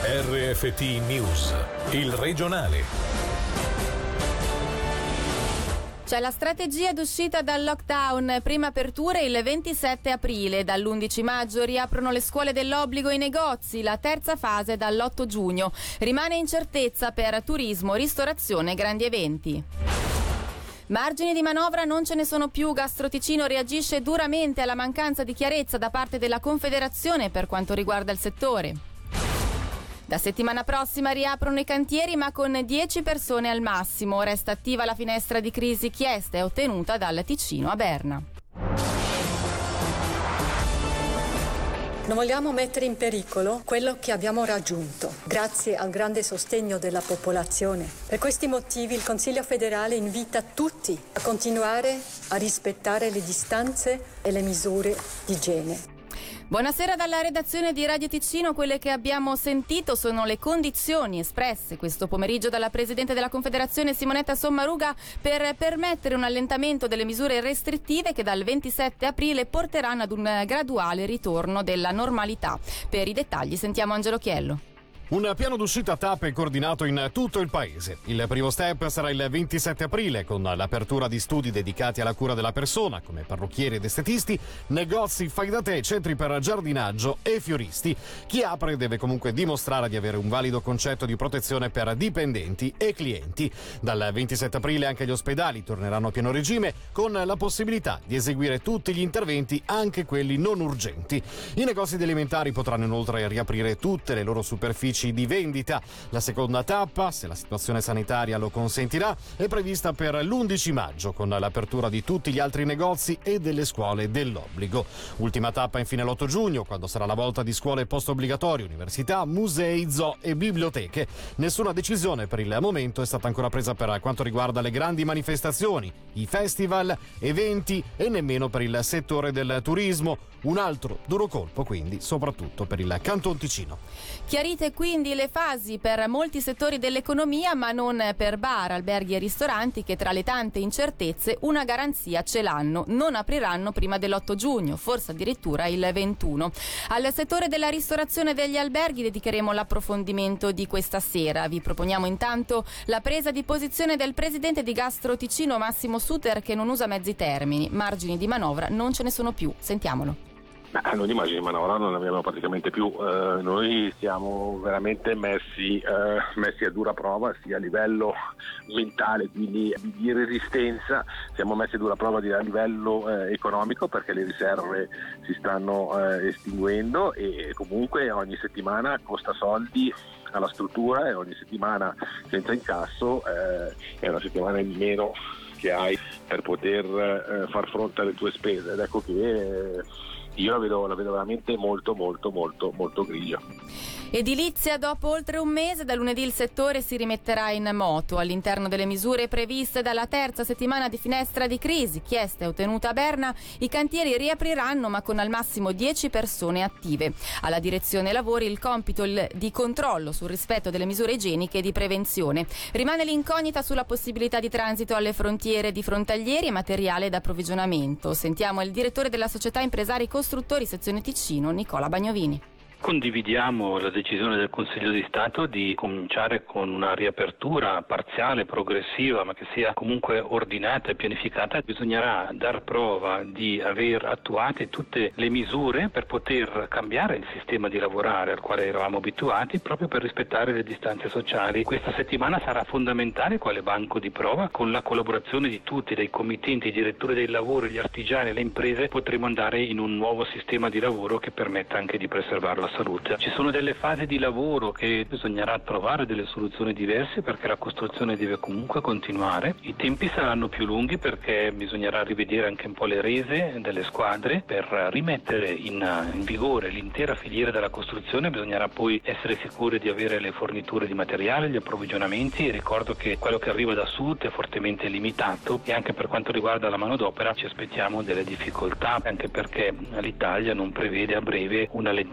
RFT News, il regionale. C'è la strategia d'uscita dal lockdown, prima aperture il 27 aprile, dall'11 maggio riaprono le scuole dell'obbligo e i negozi, la terza fase dall'8 giugno. Rimane incertezza per turismo, ristorazione e grandi eventi. Margini di manovra non ce ne sono più. Gastroticino reagisce duramente alla mancanza di chiarezza da parte della Confederazione per quanto riguarda il settore. Da settimana prossima riaprono i cantieri ma con 10 persone al massimo. Resta attiva la finestra di crisi chiesta e ottenuta dal Ticino a Berna. Non vogliamo mettere in pericolo quello che abbiamo raggiunto, grazie al grande sostegno della popolazione. Per questi motivi il Consiglio federale invita tutti a continuare a rispettare le distanze e le misure di igiene. Buonasera dalla redazione di Radio Ticino. Quelle che abbiamo sentito sono le condizioni espresse questo pomeriggio dalla Presidente della Confederazione Simonetta Sommaruga per permettere un allentamento delle misure restrittive che dal 27 aprile porteranno ad un graduale ritorno della normalità. Per i dettagli sentiamo Angelo Chiello. Un piano d'uscita tappe coordinato in tutto il paese. Il primo step sarà il 27 aprile con l'apertura di studi dedicati alla cura della persona come parrucchieri ed estetisti, negozi, fai da te, centri per giardinaggio e fioristi. Chi apre deve comunque dimostrare di avere un valido concetto di protezione per dipendenti e clienti. Dal 27 aprile anche gli ospedali torneranno a pieno regime con la possibilità di eseguire tutti gli interventi, anche quelli non urgenti. I negozi di alimentari potranno inoltre riaprire tutte le loro superfici di vendita. La seconda tappa, se la situazione sanitaria lo consentirà, è prevista per l'11 maggio con l'apertura di tutti gli altri negozi e delle scuole dell'obbligo. Ultima tappa infine l'8 giugno, quando sarà la volta di scuole post-obbligatorie, università, musei, zoo e biblioteche. Nessuna decisione per il momento è stata ancora presa per quanto riguarda le grandi manifestazioni, i festival, eventi e nemmeno per il settore del turismo. Un altro duro colpo quindi soprattutto per il Canton Ticino. Chiarite quindi le fasi per molti settori dell'economia, ma non per bar, alberghi e ristoranti che tra le tante incertezze una garanzia ce l'hanno: non apriranno prima dell'8 giugno, forse addirittura il 21. Al settore della ristorazione e degli alberghi dedicheremo l'approfondimento di questa sera. Vi proponiamo intanto la presa di posizione del presidente di Gastroticino Massimo Suter, che non usa mezzi termini. Margini di manovra non ce ne sono più. Sentiamolo. Noi di margini di manovra non ne abbiamo praticamente più, noi siamo veramente messi a dura prova sia a livello mentale, quindi di resistenza, siamo messi a dura prova a livello economico, perché le riserve si stanno estinguendo e comunque ogni settimana costa soldi alla struttura e ogni settimana senza incasso è una settimana in meno che hai per poter far fronte alle tue spese, ed ecco che io la vedo veramente molto grigia. Edilizia: dopo oltre un mese, da lunedì il settore si rimetterà in moto. All'interno delle misure previste dalla terza settimana di finestra di crisi chiesta e ottenuta a Berna, i cantieri riapriranno ma con al massimo 10 persone attive. Alla direzione lavori il compito di controllo sul rispetto delle misure igieniche e di prevenzione. Rimane l'incognita sulla possibilità di transito alle frontiere di frontalieri e materiale d'approvvigionamento. Sentiamo il direttore della società Impresari Costruttori sezione Ticino, Nicola Bagnovini. Condividiamo la decisione del Consiglio di Stato di cominciare con una riapertura parziale, progressiva, ma che sia comunque ordinata e pianificata. Bisognerà dar prova di aver attuate tutte le misure per poter cambiare il sistema di lavorare al quale eravamo abituati, proprio per rispettare le distanze sociali. Questa settimana sarà fondamentale quale banco di prova. Con la collaborazione di tutti, dai committenti, i direttori dei lavori, gli artigiani, le imprese, potremo andare in un nuovo sistema di lavoro che permetta anche di preservare la salute. Ci sono delle fasi di lavoro che bisognerà trovare delle soluzioni diverse, perché la costruzione deve comunque continuare. I tempi saranno più lunghi perché bisognerà rivedere anche un po' le rese delle squadre per rimettere in vigore l'intera filiera della costruzione. Bisognerà poi essere sicuri di avere le forniture di materiale, gli approvvigionamenti, e ricordo che quello che arriva da sud è fortemente limitato, e anche per quanto riguarda la manodopera ci aspettiamo delle difficoltà, anche perché l'Italia non prevede a breve un allentamento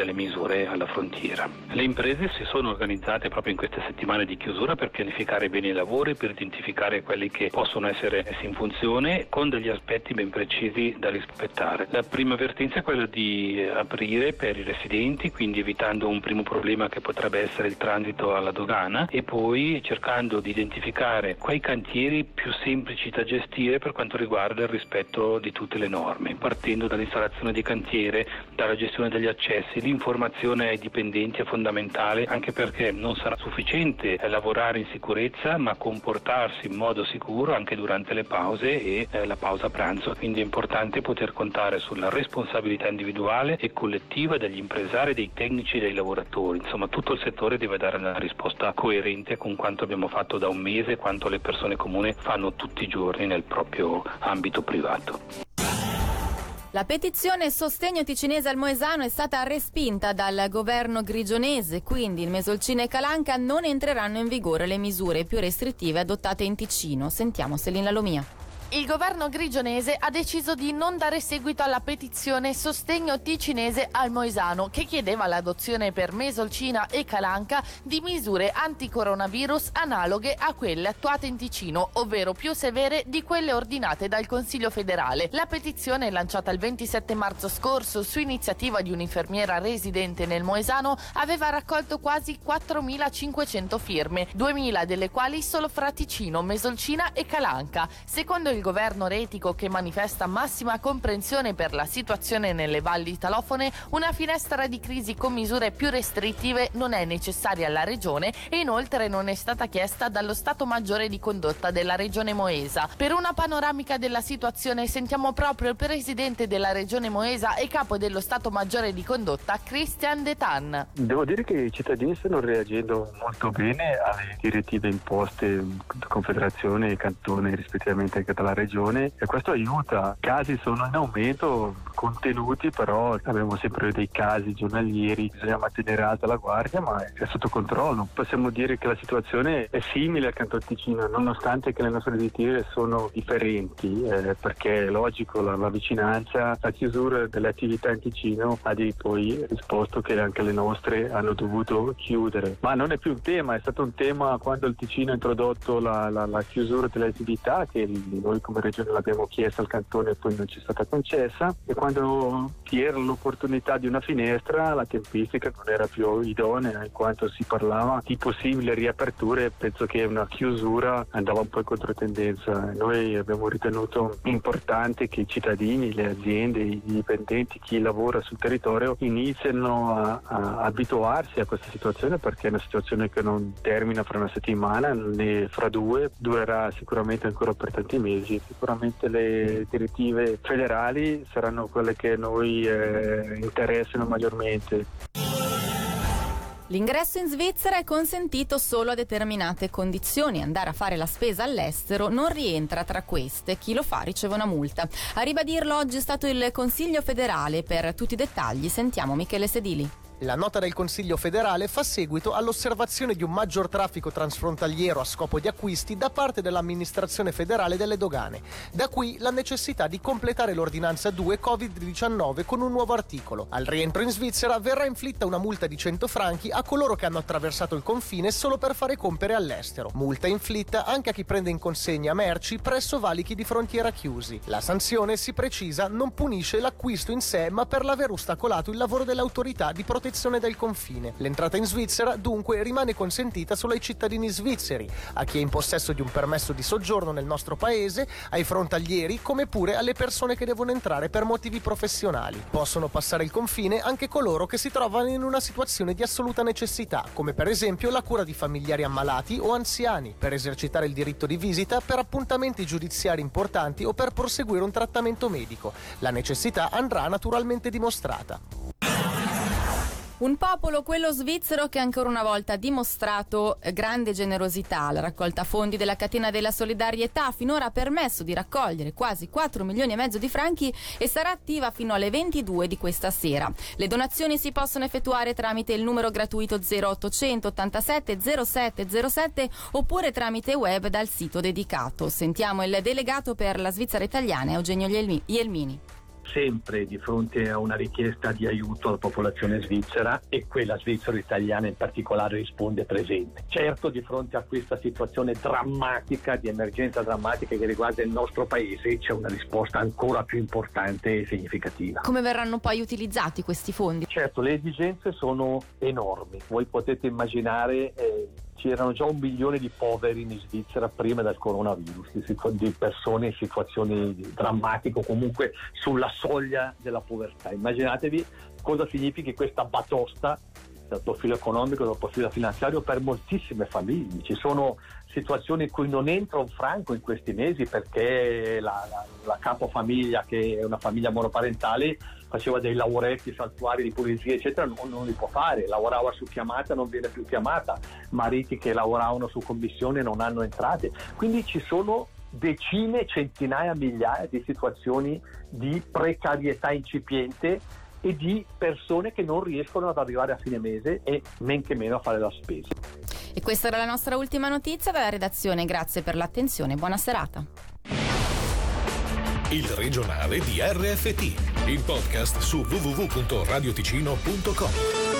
delle misure alla frontiera. Le imprese si sono organizzate proprio in queste settimane di chiusura per pianificare bene i lavori, per identificare quelli che possono essere messi in funzione con degli aspetti ben precisi da rispettare. La prima avvertenza è quella di aprire per i residenti, quindi evitando un primo problema che potrebbe essere il transito alla dogana, e poi cercando di identificare quei cantieri più semplici da gestire per quanto riguarda il rispetto di tutte le norme, partendo dall'installazione di cantiere, dalla gestione degli accessi. L'informazione ai dipendenti è fondamentale, anche perché non sarà sufficiente lavorare in sicurezza, ma comportarsi in modo sicuro anche durante le pause e la pausa pranzo. Quindi è importante poter contare sulla responsabilità individuale e collettiva degli impresari, dei tecnici e dei lavoratori. Insomma, tutto il settore deve dare una risposta coerente con quanto abbiamo fatto da un mese, quanto le persone comuni fanno tutti i giorni nel proprio ambito privato. La petizione Sostegno Ticinese al Moesano è stata respinta dal governo grigionese, quindi in Mesolcina e Calanca non entreranno in vigore le misure più restrittive adottate in Ticino. Sentiamo Selina Lomia. Il governo grigionese ha deciso di non dare seguito alla petizione Sostegno Ticinese al Moesano, che chiedeva l'adozione per Mesolcina e Calanca di misure anticoronavirus analoghe a quelle attuate in Ticino, ovvero più severe di quelle ordinate dal Consiglio federale. La petizione, lanciata il 27 marzo scorso su iniziativa di un'infermiera residente nel Moesano, aveva raccolto quasi 4.500 firme, 2.000 delle quali solo fra Ticino, Mesolcina e Calanca. Secondo il governo retico, che manifesta massima comprensione per la situazione nelle valli italofone, una finestra di crisi con misure più restrittive non è necessaria alla regione e inoltre non è stata chiesta dallo Stato Maggiore di Condotta della regione Moesa. Per una panoramica della situazione sentiamo proprio il presidente della regione Moesa e capo dello Stato Maggiore di Condotta, Christian De Tan. Devo dire che i cittadini stanno reagendo molto bene alle direttive imposte da Confederazione e Cantone, rispettivamente anche dalla regione, e questo aiuta. I casi sono in aumento, contenuti, però abbiamo sempre dei casi giornalieri, bisogna mantenere alta la guardia, ma è sotto controllo. Possiamo dire che la situazione è simile al Canton Ticino, nonostante che le nostre direttive sono differenti, perché è logico la vicinanza, la chiusura delle attività in Ticino ha poi risposto che anche le nostre hanno dovuto chiudere. Ma non è più un tema, è stato un tema quando il Ticino ha introdotto la chiusura delle attività, che noi come regione l'abbiamo chiesta al cantone e poi non ci è stata concessa, e quando c'era l'opportunità di una finestra la tempistica non era più idonea, in quanto si parlava di possibili riaperture. Penso che una chiusura andava un po' in controtendenza. Noi abbiamo ritenuto importante che i cittadini, le aziende, i dipendenti, chi lavora sul territorio iniziano a abituarsi a questa situazione, perché è una situazione che non termina fra una settimana né fra due, durerà sicuramente ancora per tanti mesi. Sicuramente le direttive federali saranno quelle che noi interessano maggiormente. L'ingresso in Svizzera è consentito solo a determinate condizioni. Andare a fare la spesa all'estero non rientra tra queste. Chi lo fa riceve una multa. A ribadirlo oggi è stato il Consiglio federale. Per tutti i dettagli sentiamo Michele Sedili. La nota del Consiglio federale fa seguito all'osservazione di un maggior traffico transfrontaliero a scopo di acquisti da parte dell'amministrazione federale delle dogane. Da qui la necessità di completare l'ordinanza 2 Covid-19 con un nuovo articolo. Al rientro in Svizzera verrà inflitta una multa di 100 franchi a coloro che hanno attraversato il confine solo per fare compere all'estero. Multa inflitta anche a chi prende in consegna merci presso valichi di frontiera chiusi. La sanzione, si precisa, non punisce l'acquisto in sé, ma per l'aver ostacolato il lavoro dell'autorità di protezione del confine. L'entrata in Svizzera dunque rimane consentita solo ai cittadini svizzeri, a chi è in possesso di un permesso di soggiorno nel nostro paese, ai frontalieri, come pure alle persone che devono entrare per motivi professionali. Possono passare il confine anche coloro che si trovano in una situazione di assoluta necessità, come per esempio la cura di familiari ammalati o anziani, per esercitare il diritto di visita, per appuntamenti giudiziari importanti o per proseguire un trattamento medico. La necessità andrà naturalmente dimostrata. Un popolo, quello svizzero, che ancora una volta ha dimostrato grande generosità. La raccolta fondi della catena della solidarietà finora ha permesso di raccogliere quasi 4 milioni e mezzo di franchi e sarà attiva fino alle 22 di questa sera. Le donazioni si possono effettuare tramite il numero gratuito 0800 87 07 07 oppure tramite web dal sito dedicato. Sentiamo il delegato per la Svizzera italiana, Eugenio Ielmini. sempre di fronte a una richiesta di aiuto alla popolazione svizzera, e quella svizzero-italiana in particolare risponde presente. Certo, di fronte a questa situazione drammatica, di emergenza drammatica che riguarda il nostro paese, c'è una risposta ancora più importante e significativa. Come verranno poi utilizzati questi fondi? Certo, le esigenze sono enormi. Voi potete immaginare c'erano già 1 milione di poveri in Svizzera prima del coronavirus, di persone in situazioni drammatiche o comunque sulla soglia della povertà. Immaginatevi cosa significa questa batosta dal profilo economico, dal profilo finanziario per moltissime famiglie. Ci sono situazioni in cui non entra un franco in questi mesi perché la capofamiglia, che è una famiglia monoparentale, faceva dei lavoretti saltuari di pulizia eccetera, non li può fare, lavorava su chiamata, non viene più chiamata, mariti che lavoravano su commissione non hanno entrate, quindi ci sono decine, centinaia, migliaia di situazioni di precarietà incipiente e di persone che non riescono ad arrivare a fine mese e men che meno a fare la spesa. E questa era la nostra ultima notizia dalla redazione, grazie per l'attenzione, buona serata. Il regionale di RFT, il podcast su www.radioticino.com.